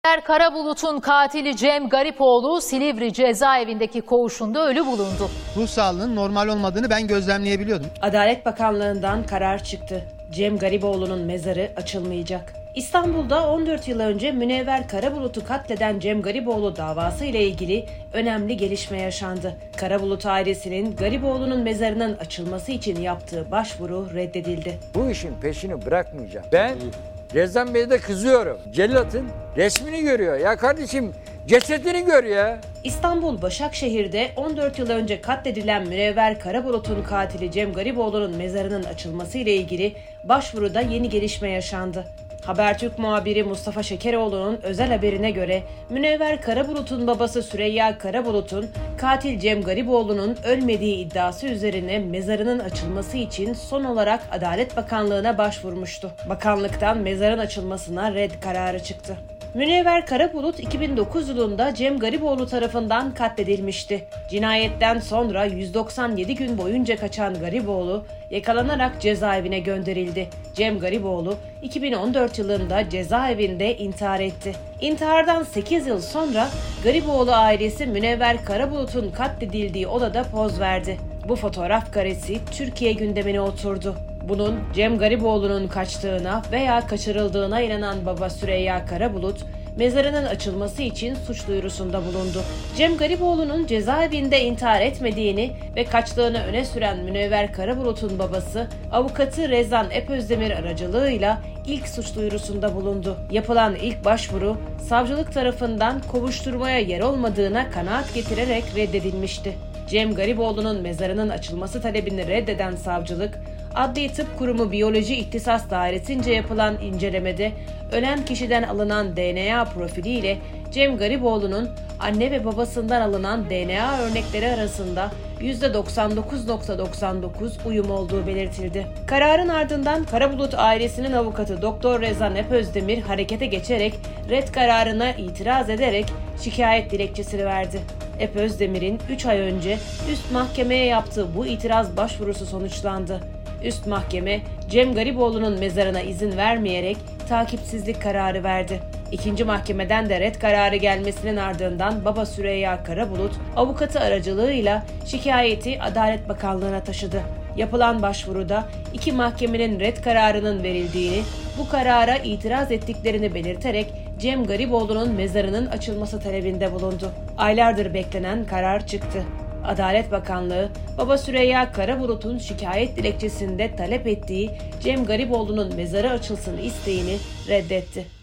Karabulut'un katili Cem Garipoğlu Silivri cezaevindeki koğuşunda ölü bulundu. Ruh sağlığının normal olmadığını ben gözlemleyebiliyordum. Adalet Bakanlığı'ndan karar çıktı. Cem Garipoğlu'nun mezarı açılmayacak. İstanbul'da 14 yıl önce Münevver Karabulut'u katleden Cem Garipoğlu davası ile ilgili önemli gelişme yaşandı. Karabulut ailesinin Garipoğlu'nun mezarının açılması için yaptığı başvuru reddedildi. Bu işin peşini bırakmayacağım. Ben Rezan Bey'e de kızıyorum. Cellat'ın resmini görüyor. Ya kardeşim cesedini gör ya. İstanbul Başakşehir'de 14 yıl önce katledilen Münevver Karabulut'un katili Cem Garipoğlu'nun mezarının açılması ile ilgili başvuruda yeni gelişme yaşandı. Habertürk muhabiri Mustafa Şekeroğlu'nun özel haberine göre Münevver Karabulut'un babası Süreyya Karabulut'un katil Cem Garipoğlu'nun ölmediği iddiası üzerine mezarının açılması için son olarak Adalet Bakanlığı'na başvurmuştu. Bakanlıktan mezarın açılmasına red kararı çıktı. Münevver Karabulut 2009 yılında Cem Garipoğlu tarafından katledilmişti. Cinayetten sonra 197 gün boyunca kaçan Garipoğlu yakalanarak cezaevine gönderildi. Cem Garipoğlu 2014 yılında cezaevinde intihar etti. İntihardan 8 yıl sonra Garipoğlu ailesi Münevver Karabulut'un katledildiği odada poz verdi. Bu fotoğraf karesi Türkiye gündemine oturdu. Bunun Cem Garipoğlu'nun kaçtığına veya kaçırıldığına inanan baba Süreyya Karabulut, mezarının açılması için suç duyurusunda bulundu. Cem Garipoğlu'nun cezaevinde intihar etmediğini ve kaçtığını öne süren Münevver Karabulut'un babası, avukatı Rezan Epözdemir aracılığıyla ilk suç duyurusunda bulundu. Yapılan ilk başvuru, savcılık tarafından kovuşturmaya yer olmadığına kanaat getirerek reddedilmişti. Cem Garipoğlu'nun mezarının açılması talebini reddeden savcılık, Adli Tıp Kurumu Biyoloji İhtisas Dairesi'nce yapılan incelemede ölen kişiden alınan DNA profiliyle Cem Garipoğlu'nun anne ve babasından alınan DNA örnekleri arasında %99.99 uyum olduğu belirtildi. Kararın ardından Karabulut ailesinin avukatı Doktor Rezan Epözdemir harekete geçerek red kararına itiraz ederek şikayet dilekçesini verdi. Epözdemir'in 3 ay önce üst mahkemeye yaptığı bu itiraz başvurusu sonuçlandı. Üst mahkeme Cem Garipoğlu'nun mezarına izin vermeyerek takipsizlik kararı verdi. İkinci mahkemeden de red kararı gelmesinin ardından baba Süreyya Karabulut avukatı aracılığıyla şikayeti Adalet Bakanlığı'na taşıdı. Yapılan başvuruda iki mahkemenin red kararının verildiğini, bu karara itiraz ettiklerini belirterek Cem Garipoğlu'nun mezarının açılması talebinde bulundu. Aylardır beklenen karar çıktı. Adalet Bakanlığı, baba Süreyya Karabulut'un şikayet dilekçesinde talep ettiği Cem Garipoğlu'nun mezarı açılsın isteğini reddetti.